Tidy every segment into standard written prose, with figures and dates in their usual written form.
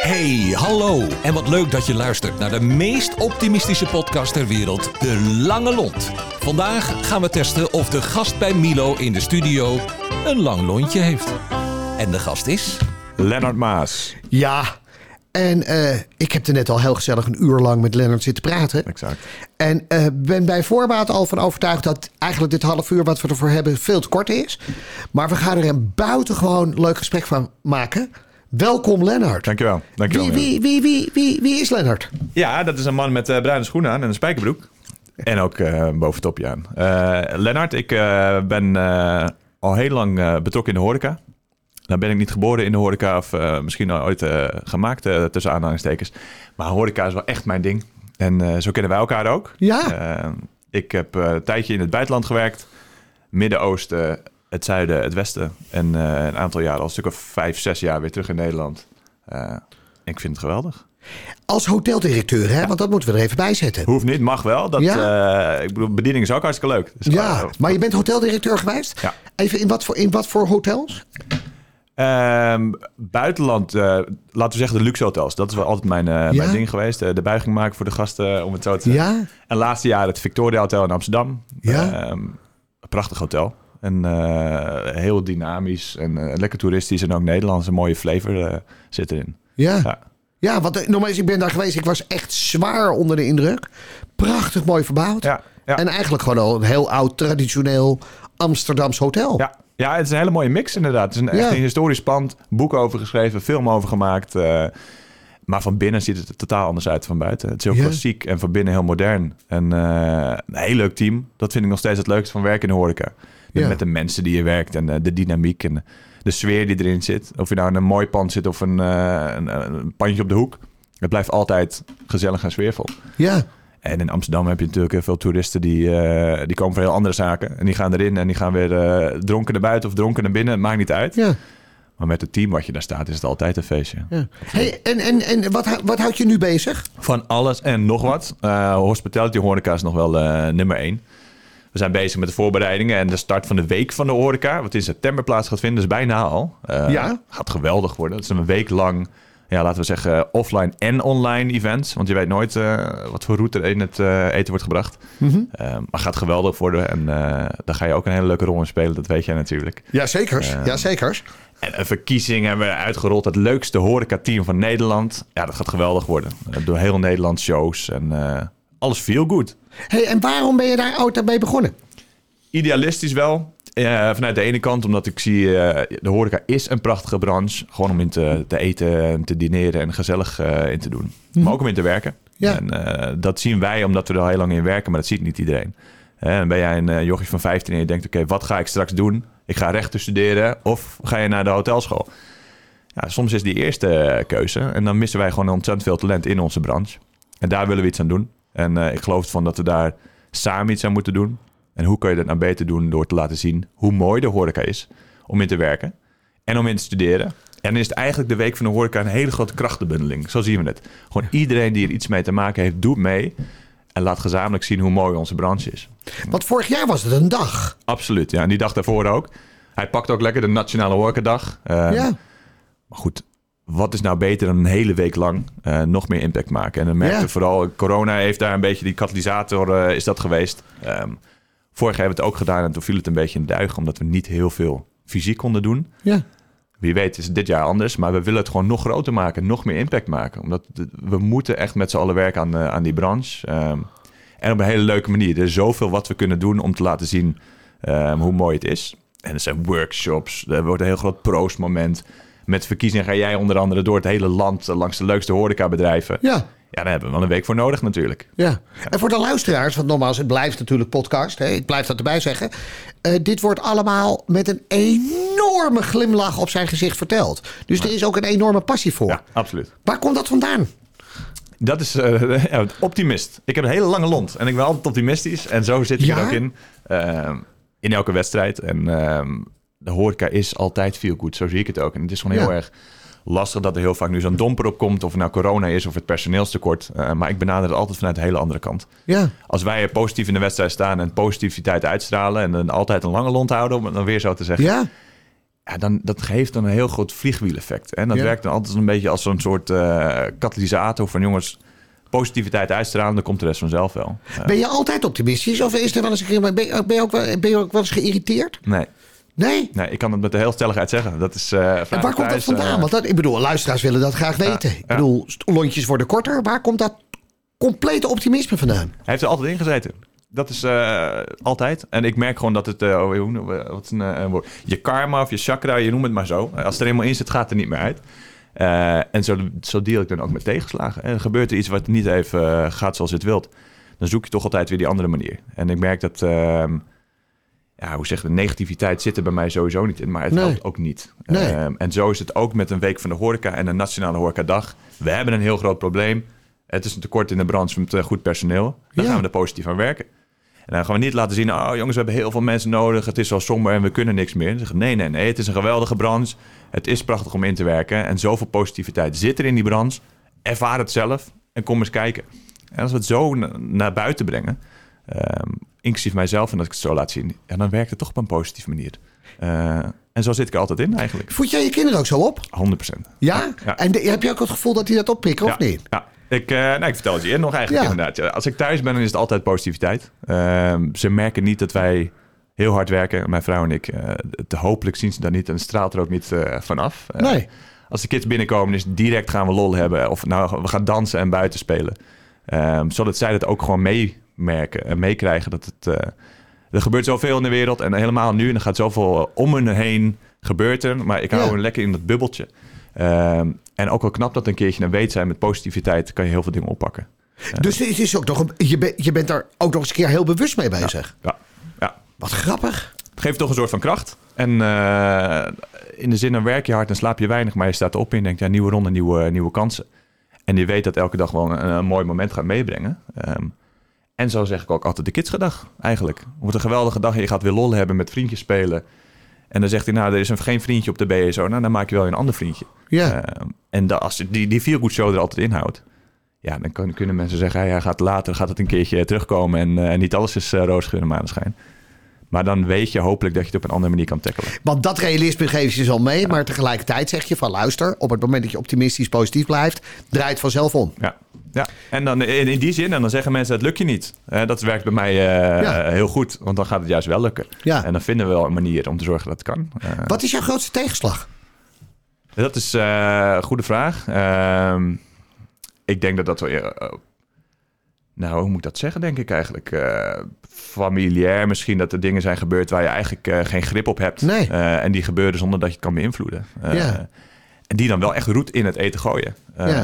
Hey, hallo. En wat leuk dat je luistert naar de meest optimistische podcast ter wereld, De Lange Lont. Vandaag gaan we testen of de gast bij Milo in de studio een lang lontje heeft. En de gast is... Lennart Maas. Ja, en ik heb er net al heel gezellig een uur lang met Lennart zitten praten. Exact. En ben bij voorbaat al van overtuigd dat eigenlijk dit half uur wat we ervoor hebben veel te kort is. Maar we gaan er een buitengewoon leuk gesprek van maken. Welkom Lennart. Dankjewel. Wie is Lennart? Ja, dat is een man met bruine schoenen aan en een spijkerbroek. En ook boventopje aan. Lennart, ik ben al heel lang betrokken in de horeca. Nou ben ik niet geboren in de horeca of misschien al ooit gemaakt tussen aanhalingstekens. Maar horeca is wel echt mijn ding. En zo kennen wij elkaar ook. Ja. Ik heb een tijdje in het buitenland gewerkt. Midden-Oosten, het zuiden, het westen. En een aantal jaren, al een stuk of 5, 6 jaar weer terug in Nederland. Ik vind het geweldig. Als hoteldirecteur, hè? Ja. Want dat moeten we er even bij zetten. Hoeft niet, mag wel. Ik bedoel, bediening is ook hartstikke leuk. Dus maar je bent hoteldirecteur geweest? Ja. Even in wat voor hotels? Buitenland, laten we zeggen de luxe hotels. Dat is wel altijd mijn ding geweest. De buiging maken voor de gasten, om het zo te zeggen. Ja. En laatste jaar het Victoria Hotel in Amsterdam. Ja. Een prachtig hotel. En heel dynamisch en lekker toeristisch. En ook Nederlands, een mooie flavor zit erin. Ja. Ja, want nogmaals, ik ben daar geweest. Ik was echt zwaar onder de indruk. Prachtig mooi verbouwd. Ja. En eigenlijk gewoon al een heel oud, traditioneel Amsterdams hotel. Ja, het is een hele mooie mix inderdaad. Het is echt een historisch pand. Boek over geschreven, film over gemaakt. Maar van binnen ziet het er totaal anders uit van buiten. Het is heel klassiek en van binnen heel modern. En een heel leuk team. Dat vind ik nog steeds het leukste van werken in de horeca. Met de mensen die je werkt en de dynamiek en de sfeer die erin zit. Of je nou in een mooi pand zit of een pandje op de hoek. Het blijft altijd gezellig en sfeervol. Ja. En in Amsterdam heb je natuurlijk heel veel toeristen die komen voor heel andere zaken. En die gaan erin en die gaan weer dronken naar buiten of dronken naar binnen. Het maakt niet uit. Ja. Maar met het team wat je daar staat is het altijd een feestje. Ja. Hey, en wat houdt je nu bezig? Van alles en nog wat. Hospitality horeca is nog wel nummer 1. We zijn bezig met de voorbereidingen en de start van de week van de horeca. Wat in september plaats gaat vinden, is bijna al. Gaat geweldig worden. Het is een week lang, laten we zeggen, offline en online events. Want je weet nooit wat voor route er in het eten wordt gebracht. Mm-hmm. Maar gaat geweldig worden. En daar ga je ook een hele leuke rol in spelen. Dat weet jij natuurlijk. Ja, zeker. En een verkiezing hebben we uitgerold. Het leukste horeca-team van Nederland. Ja, dat gaat geweldig worden. Door heel Nederland shows en alles feel good. Hey, en waarom ben je daar ooit mee begonnen? Idealistisch wel. Vanuit de ene kant omdat ik zie... de horeca is een prachtige branche. Gewoon om in te eten, te dineren en gezellig in te doen. Maar ook om in te werken. Ja. En dat zien wij omdat we er al heel lang in werken. Maar dat ziet niet iedereen. Dan ben jij een jochie van 15 en je denkt... Oké, wat ga ik straks doen? Ik ga rechten studeren of ga je naar de hotelschool? Ja, soms is die eerste keuze. En dan missen wij gewoon ontzettend veel talent in onze branche. En daar willen we iets aan doen. En ik geloof van dat we daar samen iets aan moeten doen. En hoe kun je dat nou beter doen door te laten zien hoe mooi de horeca is om in te werken en om in te studeren. En dan is het eigenlijk de week van de horeca een hele grote krachtenbundeling. Zo zien we het. Gewoon iedereen die er iets mee te maken heeft, doet mee. En laat gezamenlijk zien hoe mooi onze branche is. Want vorig jaar was het een dag. Absoluut, ja. En die dag daarvoor ook. Hij pakt ook lekker de Nationale Horecadag. Maar goed, wat is nou beter dan een hele week lang nog meer impact maken? En dan merkte vooral, corona heeft daar een beetje die katalysator is dat geweest. Vorig jaar hebben we het ook gedaan en toen viel het een beetje in de duigen, omdat we niet heel veel fysiek konden doen. Ja. Wie weet is het dit jaar anders, maar we willen het gewoon nog groter maken, nog meer impact maken. Omdat we moeten echt met z'n allen werken aan die branche. En op een hele leuke manier. Er is zoveel wat we kunnen doen om te laten zien hoe mooi het is. En er zijn workshops, er wordt een heel groot proostmoment. Met verkiezingen ga jij onder andere door het hele land langs de leukste horecabedrijven. Ja. Ja, daar hebben we wel een week voor nodig natuurlijk. Ja. En voor de luisteraars, want nogmaals, het blijft natuurlijk podcast. Hè, ik blijf dat erbij zeggen. Dit wordt allemaal met een enorme glimlach op zijn gezicht verteld. Dus er is ook een enorme passie voor. Ja, absoluut. Waar komt dat vandaan? Dat is optimist. Ik heb een hele lange lont en ik ben altijd optimistisch. En zo zit ik er ook in elke wedstrijd. En de horeca is altijd feel good. Zo zie ik het ook. En het is gewoon heel erg lastig dat er heel vaak nu zo'n domper op komt. Of het nou corona is of het personeelstekort. Maar ik benader het altijd vanuit een hele andere kant. Ja. Als wij positief in de wedstrijd staan en positiviteit uitstralen. En dan altijd een lange lont houden, om het dan weer zo te zeggen. Ja. dat geeft dan een heel groot vliegwieleffect. En dat werkt dan altijd een beetje als zo'n soort katalysator van jongens, positiviteit uitstralen, dan komt de rest vanzelf wel. Ben je altijd optimistisch? Of is er wel eens een keer, ben je ook wel eens geïriteerd? Nee. Nee? Nee, ik kan het met de heel stelligheid zeggen. Dat is, en waar komt dat vandaan? Want ik bedoel, luisteraars willen dat graag weten. Ik bedoel, lontjes worden korter. Waar komt dat complete optimisme vandaan? Hij heeft er altijd in gezeten. Dat is altijd. En ik merk gewoon dat het... wat is een woord? Je karma of je chakra, je noemt het maar zo. Als het er eenmaal in zit, gaat het er niet meer uit. En zo deal ik dan ook met tegenslagen. En gebeurt er iets wat niet even gaat zoals het wilt, dan zoek je toch altijd weer die andere manier. En ik merk dat... hoe zeg je, de negativiteit zit er bij mij sowieso niet in, maar het helpt ook niet. Nee. En zo is het ook met een week van de horeca en een nationale horecadag. We hebben een heel groot probleem. Het is een tekort in de branche met goed personeel. Daar gaan we er positief aan werken. En dan gaan we niet laten zien, jongens, we hebben heel veel mensen nodig. Het is wel somber en we kunnen niks meer. Dan zeggen nee, het is een geweldige branche. Het is prachtig om in te werken. En zoveel positiviteit zit er in die branche. Ervaar het zelf en kom eens kijken. En als we het zo naar buiten brengen, inclusief mijzelf, en dat ik het zo laat zien, dan werkt het toch op een positieve manier. En zo zit ik er altijd in eigenlijk. Voed jij je kinderen ook zo op? 100%. Ja? En heb je ook het gevoel dat die dat oppikken of niet? Ja. Ik vertel het je nog eigenlijk inderdaad. Ja, als ik thuis ben, dan is het altijd positiviteit. Ze merken niet dat wij heel hard werken. Mijn vrouw en ik. Hopelijk zien ze dat niet en straalt er ook niet vanaf. Nee. Als de kids binnenkomen, is direct gaan we lol hebben. Of we gaan dansen en buiten spelen. Zodat zij dat ook gewoon meemerken en meekrijgen. Dat het... Er gebeurt zoveel in de wereld en helemaal nu. En er gaat zoveel om hen heen gebeuren. Maar ik hou lekker in dat bubbeltje. En ook wel knap dat een keertje een weet zijn met positiviteit kan je heel veel dingen oppakken. Dus het is ook nog je bent daar ook nog eens een keer heel bewust mee bezig. Ja. Wat grappig. Het geeft toch een soort van kracht. En in de zin dan werk je hard en slaap je weinig, maar je staat erop en denkt nieuwe ronde, nieuwe kansen. En je weet dat elke dag wel een mooi moment gaat meebrengen. En zo zeg ik ook altijd de kidsgedag eigenlijk. Het wordt een geweldige dag en je gaat weer lol hebben met vriendjes spelen. En dan zegt hij, er is geen vriendje op de BSO. Dan maak je wel een ander vriendje. Ja. En als je die feel-good show er altijd inhoudt, dan kunnen mensen zeggen, hij gaat later het een keertje terugkomen en niet alles is roze geur en maneschijn. Maar dan weet je hopelijk dat je het op een andere manier kan tackelen. Want dat realisme geef je dus al mee, maar tegelijkertijd zeg je van luister, op het moment dat je optimistisch positief blijft, draait vanzelf om. Ja, en dan in die zin, en dan zeggen mensen, het lukt je niet. Dat werkt bij mij heel goed, want dan gaat het juist wel lukken. Ja. En dan vinden we wel een manier om te zorgen dat het kan. Wat is jouw grootste tegenslag? Dat is een goede vraag. Ik denk dat hoe moet ik dat zeggen, denk ik eigenlijk? Familiair misschien, dat er dingen zijn gebeurd waar je eigenlijk geen grip op hebt. Nee. En die gebeuren zonder dat je het kan beïnvloeden. En die dan wel echt roet in het eten gooien.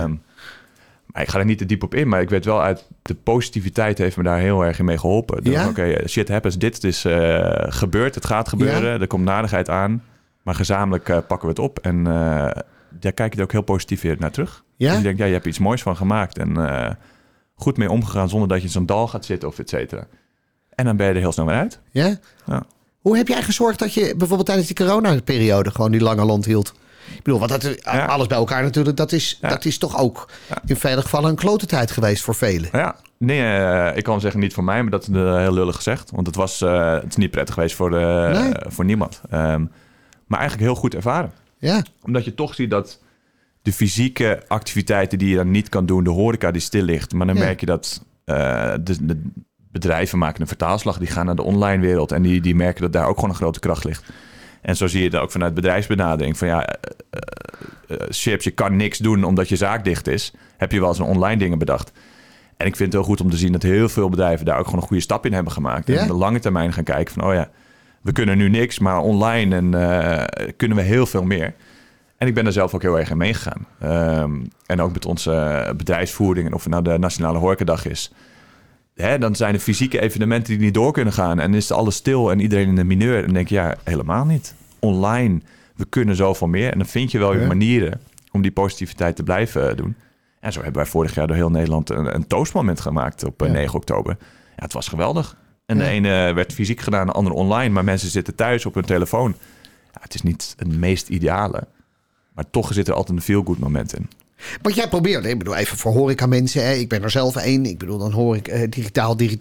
Maar ik ga er niet te diep op in, maar ik weet wel uit de positiviteit heeft me daar heel erg in mee geholpen. Oké, shit happens, dit is gebeurd, het gaat gebeuren, er komt narigheid aan, maar gezamenlijk pakken we het op. En daar kijk je er ook heel positief weer naar terug. Ja? Dus je denkt, je hebt iets moois van gemaakt en goed mee omgegaan zonder dat je in zo'n dal gaat zitten of et cetera. En dan ben je er heel snel weer uit. Ja? Hoe heb jij gezorgd dat je bijvoorbeeld tijdens die coronaperiode gewoon die lange lont hield? Ik bedoel, want alles bij elkaar natuurlijk, dat is toch ook in vele gevallen een klote tijd geweest voor velen. Ja, nee, ik kan zeggen niet voor mij, maar dat is heel lullig gezegd. Want het is niet prettig geweest voor niemand. Maar eigenlijk heel goed ervaren. Ja. Omdat je toch ziet dat de fysieke activiteiten die je dan niet kan doen, de horeca die stil ligt. Maar dan merk je dat de bedrijven maken een vertaalslag. Die gaan naar de online wereld en die merken dat daar ook gewoon een grote kracht ligt. En zo zie je dat ook vanuit bedrijfsbenadering. Van chips, je kan niks doen omdat je zaak dicht is. Heb je wel eens een online dingen bedacht. En ik vind het heel goed om te zien dat heel veel bedrijven daar ook gewoon een goede stap in hebben gemaakt. Ja? En op de lange termijn gaan kijken van, we kunnen nu niks, maar online kunnen we heel veel meer. En ik ben er zelf ook heel erg in meegegaan. En ook met onze bedrijfsvoering en of het nou de Nationale Horecadag is. Dan zijn er fysieke evenementen die niet door kunnen gaan. En is alles stil en iedereen in de mineur. En dan denk je, helemaal niet. Online, we kunnen zoveel meer. En dan vind je wel je manieren om die positiviteit te blijven doen. En zo hebben wij vorig jaar door heel Nederland een toastmoment gemaakt op 9 oktober. Ja, het was geweldig. En de ene werd fysiek gedaan, de andere online. Maar mensen zitten thuis op hun telefoon. Ja, het is niet het meest ideale. Maar toch zit er altijd een feel-good moment in. Wat jij probeert, ik bedoel even voor horeca mensen, ik ben er zelf één. Ik bedoel, dan hoor ik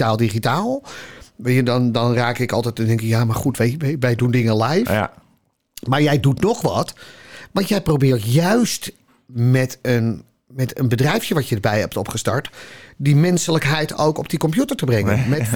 digitaal. Dan raak ik altijd en denk ik, maar goed, wij doen dingen live. Ja. Maar jij doet nog wat. Want jij probeert juist met een bedrijfje wat je erbij hebt opgestart... die menselijkheid ook op die computer te brengen. Met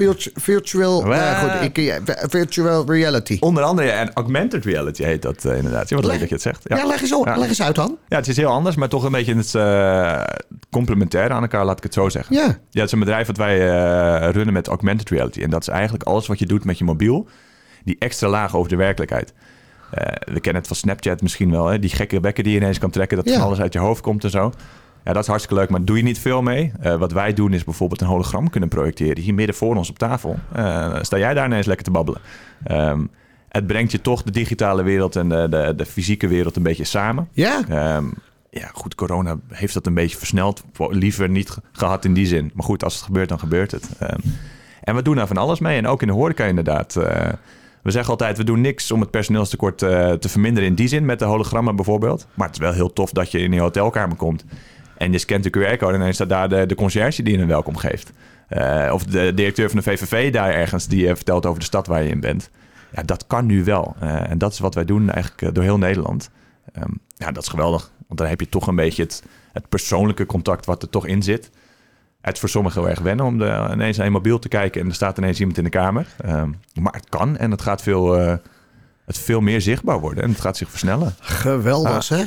virtual reality. Onder andere, en augmented reality heet dat inderdaad. Wat leuk dat je het zegt. Ja, leg eens uit dan. Ja, het is heel anders, maar toch een beetje het complementaire aan elkaar, laat ik het zo zeggen. Ja, het is een bedrijf dat wij runnen met augmented reality. En dat is eigenlijk alles wat je doet met je mobiel. Die extra laag over de werkelijkheid. We kennen het van Snapchat misschien wel. Hè? Die gekke bekken die je ineens kan trekken. Dat van alles uit je hoofd komt en zo. Ja, dat is hartstikke leuk, maar doe je niet veel mee. Wat wij doen is bijvoorbeeld een hologram kunnen projecteren. Hier midden voor ons op tafel. Sta jij daar ineens lekker te babbelen. Het brengt je toch de digitale wereld en de fysieke wereld een beetje samen. Ja. Goed, corona heeft dat een beetje versneld. Liever niet gehad in die zin. Maar goed, als het gebeurt, dan gebeurt het. En we doen daar van alles mee. En ook in de horeca inderdaad. We zeggen altijd, we doen niks om het personeelstekort te verminderen in die zin. Met de hologrammen bijvoorbeeld. Maar het is wel heel tof dat je in je hotelkamer komt. En je scant de QR-code en dan staat daar de conciërge die je een welkom geeft. Of de directeur van de VVV daar ergens die vertelt over de stad waar je in bent. Ja, dat kan nu wel. En dat is wat wij doen eigenlijk door heel Nederland. Dat is geweldig. Want dan heb je toch een beetje het persoonlijke contact wat er toch in zit. Het is voor sommigen heel erg wennen om ineens naar je mobiel te kijken... en er staat ineens iemand in de kamer. Maar het kan en het gaat veel meer zichtbaar worden. En het gaat zich versnellen. Geweldig zeg.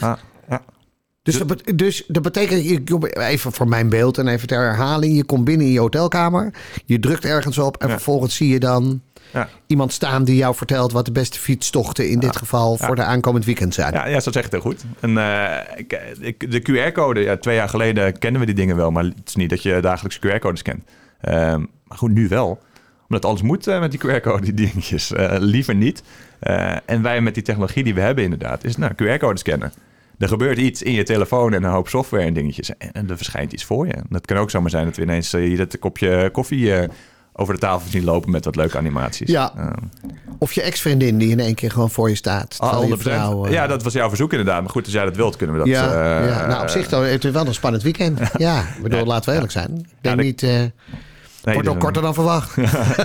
Dus dat betekent, even voor mijn beeld en even ter herhaling... je komt binnen in je hotelkamer, je drukt ergens op... en vervolgens zie je dan iemand staan die jou vertelt... wat de beste fietstochten in dit geval voor de aankomend weekend zijn. Ja, zo zeg je het heel goed. En de QR-code, 2 jaar geleden kennen we die dingen wel... maar het is niet dat je dagelijks QR-codes kent. Maar goed, nu wel. Omdat alles moet met die QR-code, die dingetjes. Liever niet. En wij met die technologie die we hebben inderdaad... is QR-code scannen. Er gebeurt iets in je telefoon en een hoop software en dingetjes. En er verschijnt iets voor je. Dat kan ook zomaar zijn dat we ineens hier dat kopje koffie over de tafel zien lopen met wat leuke animaties. Ja. Of je ex-vriendin die in één keer gewoon voor je staat. 100%. Ja, dat was jouw verzoek inderdaad. Maar goed, als jij dat wilt, kunnen we dat... op zich heeft het wel een spannend weekend. Laten we eerlijk zijn. Ik denk niet... wordt ook korter dan verwacht.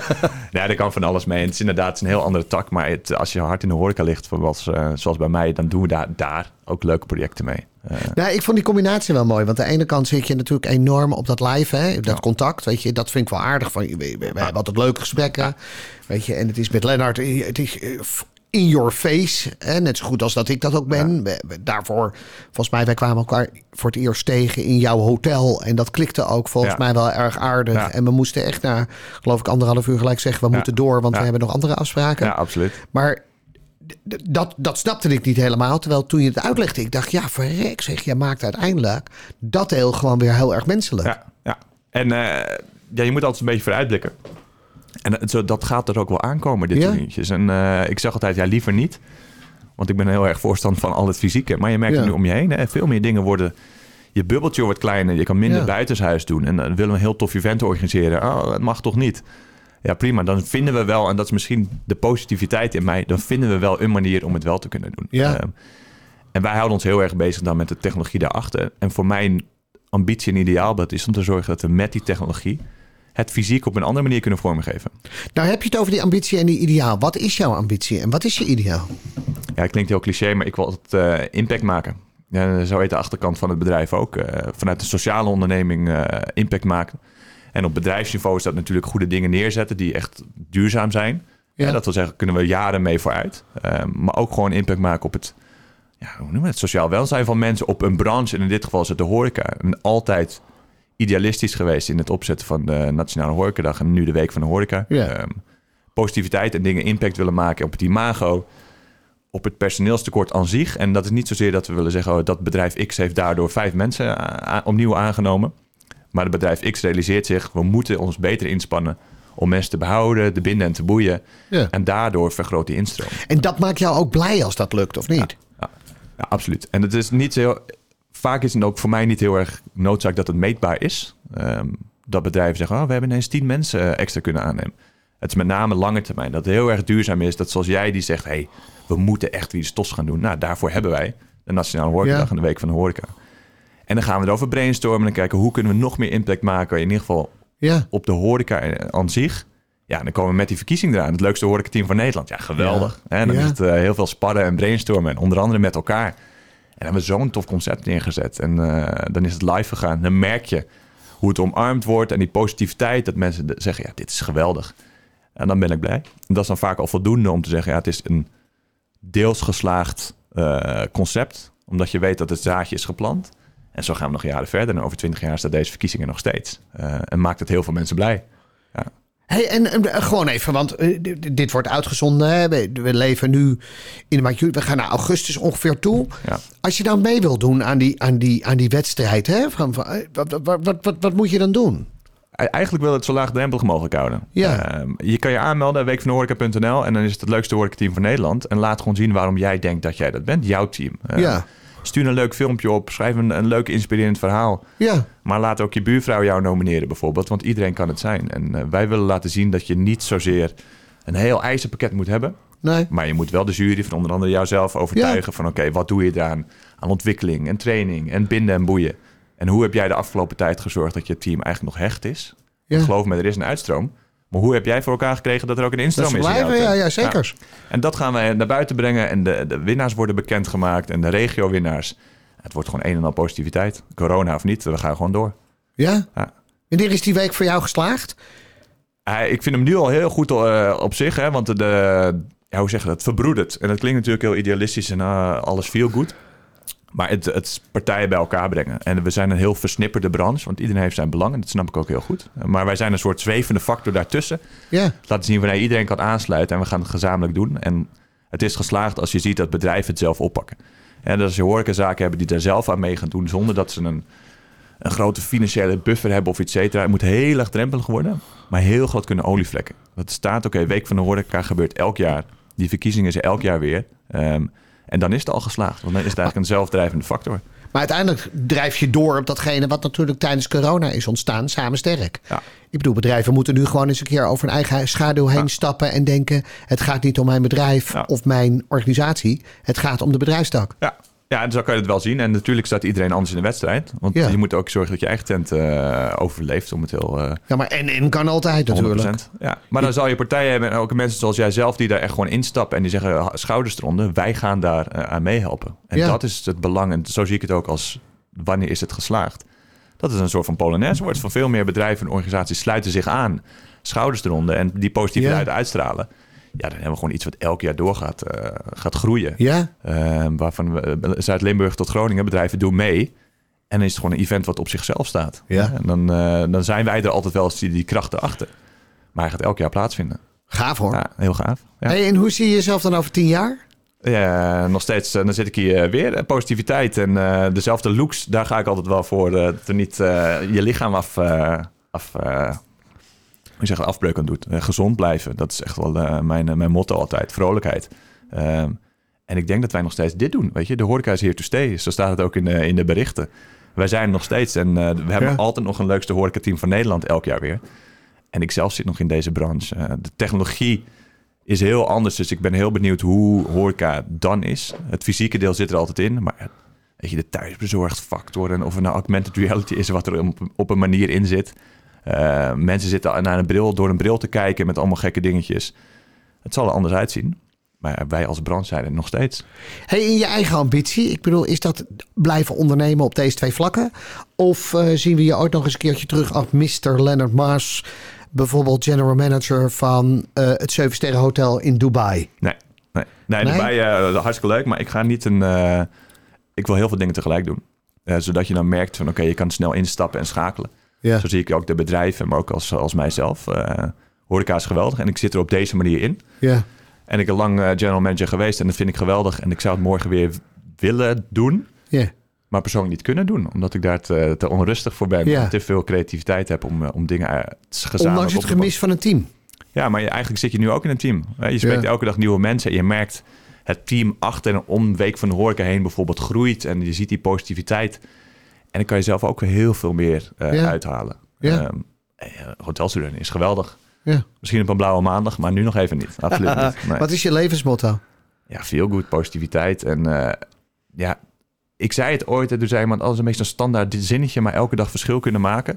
Er kan van alles mee. En het is inderdaad een heel andere tak. Maar als je hard in de horeca ligt, zoals bij mij... dan doen we daar ook leuke projecten mee. Ik vond die combinatie wel mooi. Want aan de ene kant zit je natuurlijk enorm op dat live. Hè? Dat contact, weet je. Dat vind ik wel aardig. We hebben altijd leuke gesprekken. Weet je. En het is met Lennart... Het is in your face. Hè? Net zo goed als dat ik dat ook ben. Daarvoor, volgens mij, wij kwamen elkaar voor het eerst tegen in jouw hotel. En dat klikte ook volgens mij wel erg aardig. Ja. En we moesten echt na, geloof ik, 1,5 uur gelijk zeggen... we moeten door, want we hebben nog andere afspraken. Ja, absoluut. Maar dat snapte ik niet helemaal. Terwijl toen je het uitlegde, ik dacht... ja, verrek zeg, jij maakt uiteindelijk dat deel gewoon weer heel erg menselijk. Ja. En je moet altijd een beetje vooruitblikken. En dat gaat er ook wel aankomen, dit soort dingetjes. En ik zeg altijd, liever niet. Want ik ben heel erg voorstander van al het fysieke. Maar je merkt het nu om je heen. Hè? Veel meer dingen worden... Je bubbeltje wordt kleiner. Je kan minder buitenshuis doen. En dan willen we een heel tof event organiseren. Oh, het mag toch niet? Ja, prima. Dan vinden we wel... En dat is misschien de positiviteit in mij. Dan vinden we wel een manier om het wel te kunnen doen. Ja. En wij houden ons heel erg bezig dan met de technologie daarachter. En voor mijn ambitie en ideaalbeeld is om te zorgen dat we met die technologie... het fysiek op een andere manier kunnen vormgeven. Nou heb je het over die ambitie en die ideaal. Wat is jouw ambitie en wat is je ideaal? Ja, het klinkt heel cliché, maar ik wil het impact maken. Ja, zo heet de achterkant van het bedrijf ook. Vanuit de sociale onderneming impact maken. En op bedrijfsniveau is dat natuurlijk goede dingen neerzetten... die echt duurzaam zijn. Ja. Ja, dat wil zeggen, kunnen we jaren mee vooruit. Maar ook gewoon impact maken op het... hoe noemen we het? Sociaal welzijn van mensen op een branche. En in dit geval is het de horeca. En altijd... idealistisch geweest in het opzetten van de Nationale Horecadag... en nu de Week van de Horeca. Ja. Positiviteit en dingen impact willen maken op het imago... op het personeelstekort aan zich. En dat is niet zozeer dat we willen zeggen... dat bedrijf X heeft daardoor 5 mensen opnieuw aangenomen. Maar het bedrijf X realiseert zich... we moeten ons beter inspannen om mensen te behouden... te binden en te boeien. Ja. En daardoor vergroot die instroom. En dat maakt jou ook blij als dat lukt, of niet? Ja, absoluut. En het is niet zo... Vaak is het ook voor mij niet heel erg noodzaak dat het meetbaar is. Dat bedrijven zeggen, we hebben ineens 10 mensen extra kunnen aannemen. Het is met name lange termijn. Dat het heel erg duurzaam is. Dat zoals jij die zegt, we moeten echt weer iets tofs gaan doen. Nou, daarvoor hebben wij de Nationale Horecadag en de Week van de Horeca. En dan gaan we erover brainstormen en kijken hoe kunnen we nog meer impact maken. In ieder geval op de horeca aan zich. Ja, dan komen we met die verkiezing eraan. Het leukste horecateam van Nederland. Ja, geweldig. En dan is het heel veel sparren en brainstormen. En onder andere met elkaar. En dan hebben we zo'n tof concept neergezet. En dan is het live gegaan. Dan merk je hoe het omarmd wordt. En die positiviteit. Dat mensen zeggen, ja, dit is geweldig. En dan ben ik blij. En dat is dan vaak al voldoende om te zeggen... ja, het is een deels geslaagd concept. Omdat je weet dat het zaadje is geplant. En zo gaan we nog jaren verder. En over 20 jaar staat deze verkiezingen nog steeds. En maakt het heel veel mensen blij. Ja. Hey, en gewoon even, want dit wordt uitgezonden. Hè? We leven nu in de maand juli. We gaan naar augustus ongeveer toe. Ja. Als je dan mee wil doen aan die wedstrijd, hè? Wat moet je dan doen? Eigenlijk wil het zo laagdrempelig mogelijk houden. Ja. Je kan je aanmelden, weekvandehoreca.nl. En dan is het leukste horecateam van Nederland. En laat gewoon zien waarom jij denkt dat jij dat bent. Jouw team. Stuur een leuk filmpje op. Schrijf een leuk inspirerend verhaal. Ja. Maar laat ook je buurvrouw jou nomineren bijvoorbeeld. Want iedereen kan het zijn. En wij willen laten zien dat je niet zozeer een heel eisenpakket moet hebben. Nee. Maar je moet wel de jury van onder andere jouzelf overtuigen van... oké, wat doe je eraan aan ontwikkeling en training en binden en boeien? En hoe heb jij de afgelopen tijd gezorgd dat je team eigenlijk nog hecht is? Ja. Geloof me, er is een uitstroom. Maar hoe heb jij voor elkaar gekregen dat er ook een instroom is? Ja, zeker. Ja. En dat gaan we naar buiten brengen. En de winnaars worden bekendgemaakt. En de regio-winnaars. Het wordt gewoon een en al positiviteit. Corona of niet, we gaan gewoon door. Ja? Wanneer is die week voor jou geslaagd? Ik vind hem nu al heel goed op zich. Hè, want hoe zeg je dat? Het verbroedert. En dat klinkt natuurlijk heel idealistisch en alles feel good. Maar het partijen bij elkaar brengen. En we zijn een heel versnipperde branche. Want iedereen heeft zijn belang. En dat snap ik ook heel goed. Maar wij zijn een soort zwevende factor daartussen. Yeah. Laten zien wanneer iedereen kan aansluiten. En we gaan het gezamenlijk doen. En het is geslaagd als je ziet dat bedrijven het zelf oppakken. En als je horecazaken hebben die daar zelf aan mee gaan doen. Zonder dat ze een grote financiële buffer hebben of iets cetera. Het moet heel laagdrempelig worden. Maar heel groot kunnen olievlekken. Dat staat Week van de Horeca gebeurt elk jaar. Die verkiezingen zijn elk jaar weer. En dan is het al geslaagd. Want dan is het eigenlijk een zelfdrijvende factor. Maar uiteindelijk drijf je door op datgene wat natuurlijk tijdens corona is ontstaan. Samen sterk. Ja. Ik bedoel, bedrijven moeten nu gewoon eens een keer over een eigen schaduw heen stappen. En denken, het gaat niet om mijn bedrijf of mijn organisatie. Het gaat om de bedrijfstak. Ja, en zo kan je het wel zien. En natuurlijk staat iedereen anders in de wedstrijd. Want je moet ook zorgen dat je eigen tent overleeft. Om het heel, ja, maar en kan altijd natuurlijk. 100%. Ja. Maar dan zal je partijen hebben en ook mensen zoals jij zelf... die daar echt gewoon instappen en die zeggen schouders eronder. Wij gaan daar aan meehelpen. En dat is het belang. En zo zie ik het ook als wanneer is het geslaagd. Dat is een soort van Polonaise wordt. Van veel meer bedrijven en organisaties sluiten zich aan. Schouders eronder en die positiviteit uitstralen. Ja, dan hebben we gewoon iets wat elk jaar doorgaat gaat groeien. Ja. Waarvan we Zuid-Limburg tot Groningen bedrijven doen mee. En dan is het gewoon een event wat op zichzelf staat. Ja. En dan zijn wij er altijd wel eens die krachten achter. Maar hij gaat elk jaar plaatsvinden. Gaaf hoor. Ja, heel gaaf. Ja. Hey, en hoe zie je jezelf dan over 10 jaar? Ja, nog steeds. Dan zit ik hier weer. Positiviteit en dezelfde looks. Daar ga ik altijd wel voor. Dat er niet je lichaam afbreuk aan doet. Gezond blijven. Dat is echt wel mijn motto altijd. Vrolijkheid. En ik denk dat wij nog steeds dit doen. Weet je, de horeca is here to stay. Zo staat het ook in de berichten. Wij zijn er nog steeds. En we hebben altijd nog een leukste horecateam van Nederland elk jaar weer. En ik zelf zit nog in deze branche. De technologie is heel anders. Dus ik ben heel benieuwd hoe horeca dan is. Het fysieke deel zit er altijd in. Maar weet je, de thuisbezorgd factor. En of het nou augmented reality is wat er op een manier in zit. Mensen zitten naar door een bril te kijken met allemaal gekke dingetjes. Het zal er anders uitzien. Maar wij als branche zijn er nog steeds. Hey, in je eigen ambitie, ik bedoel, is dat blijven ondernemen op deze 2 vlakken? Of zien we je ooit nog eens een keertje terug als Mr. Leonard Maas, bijvoorbeeld general manager van het 7-sterren hotel in Dubai? Nee? Dubai hartstikke leuk, maar ik ga niet ik wil heel veel dingen tegelijk doen. Zodat je dan merkt van oké, je kan snel instappen en schakelen. Ja. Zo zie ik ook de bedrijven, maar ook als mijzelf. Horeca is geweldig en ik zit er op deze manier in. Ja. En ik ben lang general manager geweest en dat vind ik geweldig. En ik zou het morgen weer willen doen, maar persoonlijk niet kunnen doen. Omdat ik daar te onrustig voor ben. En te veel creativiteit heb om dingen gezamenlijk ondanks het gemis van een team. Ja, maar eigenlijk zit je nu ook in een team. Je spreekt elke dag nieuwe mensen en je merkt het team achter en om Week van de Horeca heen bijvoorbeeld groeit. En je ziet die positiviteit. En dan kan je zelf ook weer heel veel meer uithalen. Ja. Hotelstudent is geweldig. Ja. Misschien op een blauwe maandag, maar nu nog even niet. Absoluut niet. Nee. Wat is je levensmotto? Ja, feel good, positiviteit. En ik zei het ooit, toen zei iemand, als een beetje een standaard zinnetje, maar elke dag verschil kunnen maken.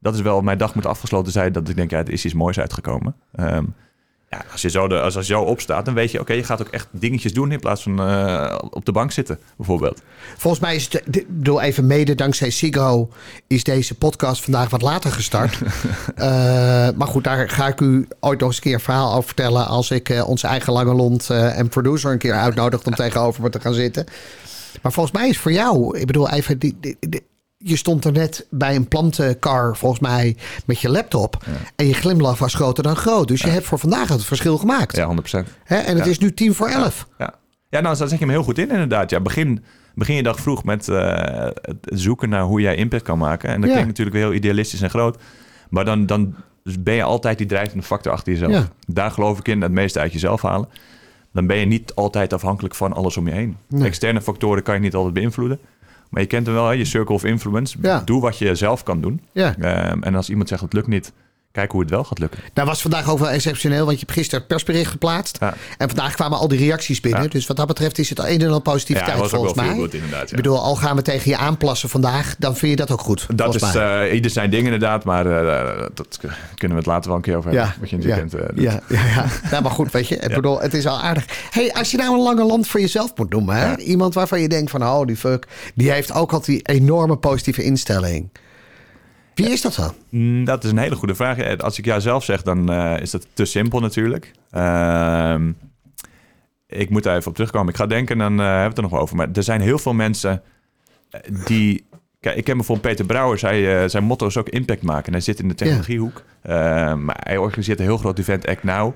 dat is wel mijn dag moet afgesloten zijn. Dat ik denk, er is iets moois uitgekomen. Als je zo opstaat, dan weet je... oké, je gaat ook echt dingetjes doen... in plaats van op de bank zitten, bijvoorbeeld. Volgens mij is het... Ik bedoel, even mede dankzij Ziggo... is deze podcast vandaag wat later gestart. Maar goed, daar ga ik u ooit nog eens een keer een verhaal over vertellen... als ik onze eigen lange lont en producer een keer uitnodig... om tegenover me te gaan zitten. Maar volgens mij is voor jou... Ik bedoel, even... Je stond er net bij een plantenkar, volgens mij, met je laptop. Ja. En je glimlach was groter dan groot. Dus je hebt voor vandaag het verschil gemaakt. Ja, 100%. En het is nu 10:11. Ja, nou, daar zeg je hem heel goed in inderdaad. Ja, begin je dag vroeg met het zoeken naar hoe jij impact kan maken. En dat klinkt natuurlijk heel idealistisch en groot. Maar dan ben je altijd die drijvende factor achter jezelf. Ja. Daar geloof ik in, het meeste uit jezelf halen. Dan ben je niet altijd afhankelijk van alles om je heen. Nee. Externe factoren kan je niet altijd beïnvloeden. Maar je kent hem wel, hè? Je circle of influence. Ja. Doe wat je zelf kan doen. Ja. En als iemand zegt het lukt niet, kijk hoe het wel gaat lukken. Dat was vandaag ook wel exceptioneel, want je hebt gisteren het persbericht geplaatst. Ja. En vandaag kwamen al die reacties binnen. Ja. Dus wat dat betreft is het een en al positiviteit volgens mij. Goed, inderdaad, Ik bedoel, al gaan we tegen je aanplassen vandaag, dan vind je dat ook goed. Dat is ieder zijn ding inderdaad, maar dat kunnen we het later wel een keer over hebben. Wat je natuurlijk kent. Nou, maar goed, weet je. Ik bedoel, het is al aardig. Hey, als je nou een lange land voor jezelf moet noemen, hè? Iemand waarvan je denkt van, holy fuck, die heeft ook altijd die enorme positieve instelling. Wie is dat dan? Dat is een hele goede vraag. Als ik jou zelf zeg, dan is dat te simpel natuurlijk. Ik moet daar even op terugkomen. Ik ga denken, dan hebben we het er nog wel over. Maar er zijn heel veel mensen die... Kijk, ik ken bijvoorbeeld Peter Brouwer. Zijn motto is ook impact maken. En hij zit in de technologiehoek. Maar hij organiseert een heel groot event, Act Now.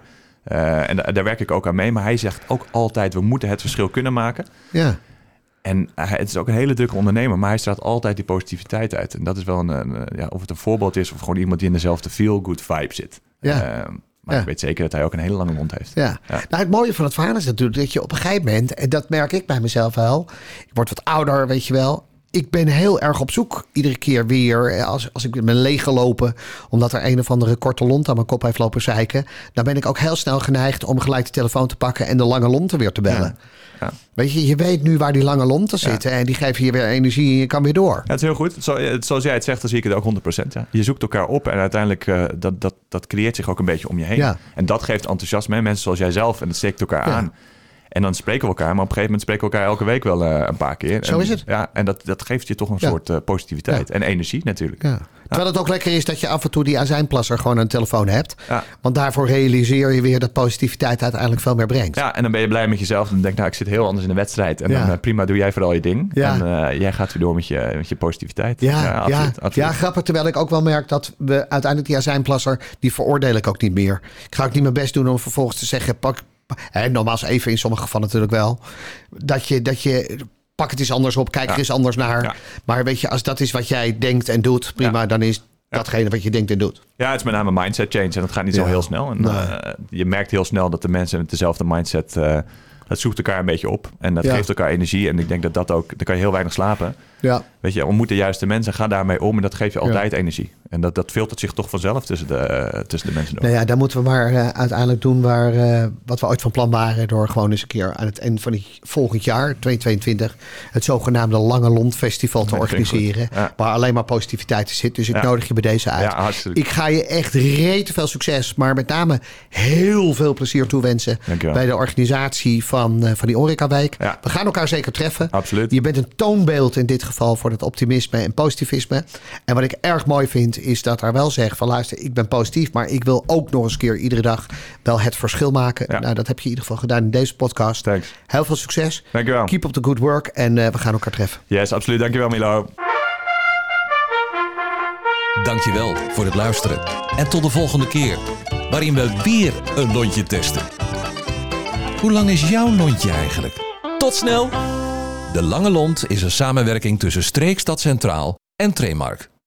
En daar werk ik ook aan mee. Maar hij zegt ook altijd, we moeten het verschil kunnen maken. Ja. En het is ook een hele drukke ondernemer, maar hij straalt altijd die positiviteit uit. En dat is wel of het een voorbeeld is of gewoon iemand die in dezelfde feel-good vibe zit. Ja. Maar ik weet zeker dat hij ook een hele lange mond heeft. Ja. Nou, het mooie van het verhaal is natuurlijk dat je op een gegeven moment, en dat merk ik bij mezelf wel, ik word wat ouder, weet je wel. Ik ben heel erg op zoek, iedere keer weer, als ik ben leeggelopen, omdat er een of andere korte lont aan mijn kop heeft lopen zeiken, dan ben ik ook heel snel geneigd om gelijk de telefoon te pakken en de lange lonten weer te bellen. Ja. Weet je weet nu waar die lange lonten zitten en die geven je weer energie en je kan weer door. Ja, het is heel goed. Zoals jij het zegt, dan zie ik het ook 100%. Ja. Je zoekt elkaar op en uiteindelijk dat creëert zich ook een beetje om je heen. Ja. En dat geeft enthousiasme. Hè? Mensen zoals jij zelf en dat steekt elkaar aan. En dan spreken we elkaar, maar op een gegeven moment spreken we elkaar elke week wel een paar keer. Zo is het. Ja, en dat geeft je toch een soort positiviteit en energie natuurlijk. Ja. Terwijl het ook lekker is dat je af en toe die azijnplasser gewoon aan de telefoon hebt. Ja. Want daarvoor realiseer je weer dat positiviteit uiteindelijk veel meer brengt. Ja, en dan ben je blij met jezelf. En dan denk je, nou, ik zit heel anders in de wedstrijd. En dan prima, doe jij vooral je ding. Ja. En jij gaat weer door met je positiviteit. Ja, absoluut. Ja, grappig. Terwijl ik ook wel merk dat we uiteindelijk die azijnplasser, die veroordeel ik ook niet meer. Ik ga ook niet mijn best doen om vervolgens te zeggen, nogmaals even in sommige gevallen natuurlijk wel, dat je pak het eens anders op, kijk er eens anders naar. Ja. Maar weet je, als dat is wat jij denkt en doet, prima, dan is datgene wat je denkt en doet. Ja, het is met name een mindset change en dat gaat niet zo heel snel. En je merkt heel snel dat de mensen met dezelfde mindset, dat zoekt elkaar een beetje op en dat geeft elkaar energie. En ik denk dat ook, dan kan je heel weinig slapen. Ja. Weet je, ontmoet de juiste mensen, ga daarmee om en dat geeft je altijd energie. En dat filtert zich toch vanzelf tussen de mensen door. Nou ja, dan moeten we maar uiteindelijk doen wat we ooit van plan waren, door gewoon eens een keer aan het eind van volgend jaar, 2022, het zogenaamde Lange Lont Festival te organiseren. Waar alleen maar positiviteit in zit. Dus ik nodig je bij deze uit. Ja, ik ga je echt rete veel succes, maar met name heel veel plezier toewensen bij de organisatie van die Horecaweek. Ja. We gaan elkaar zeker treffen. Absoluut. Je bent een toonbeeld in dit geval voor het optimisme en positivisme. En wat ik erg mooi vind, is dat er wel zegt van luister, ik ben positief, maar ik wil ook nog eens een keer iedere dag wel het verschil maken. Ja. Nou, dat heb je in ieder geval gedaan in deze podcast. Thanks. Heel veel succes. Dankjewel. Keep up the good work en we gaan elkaar treffen. Yes, absoluut. Dankjewel, Milo. Dankjewel voor het luisteren. En tot de volgende keer, waarin we weer een lontje testen. Hoe lang is jouw lontje eigenlijk? Tot snel! De Lange Lont is een samenwerking tussen Streekstad Centraal en Tremark.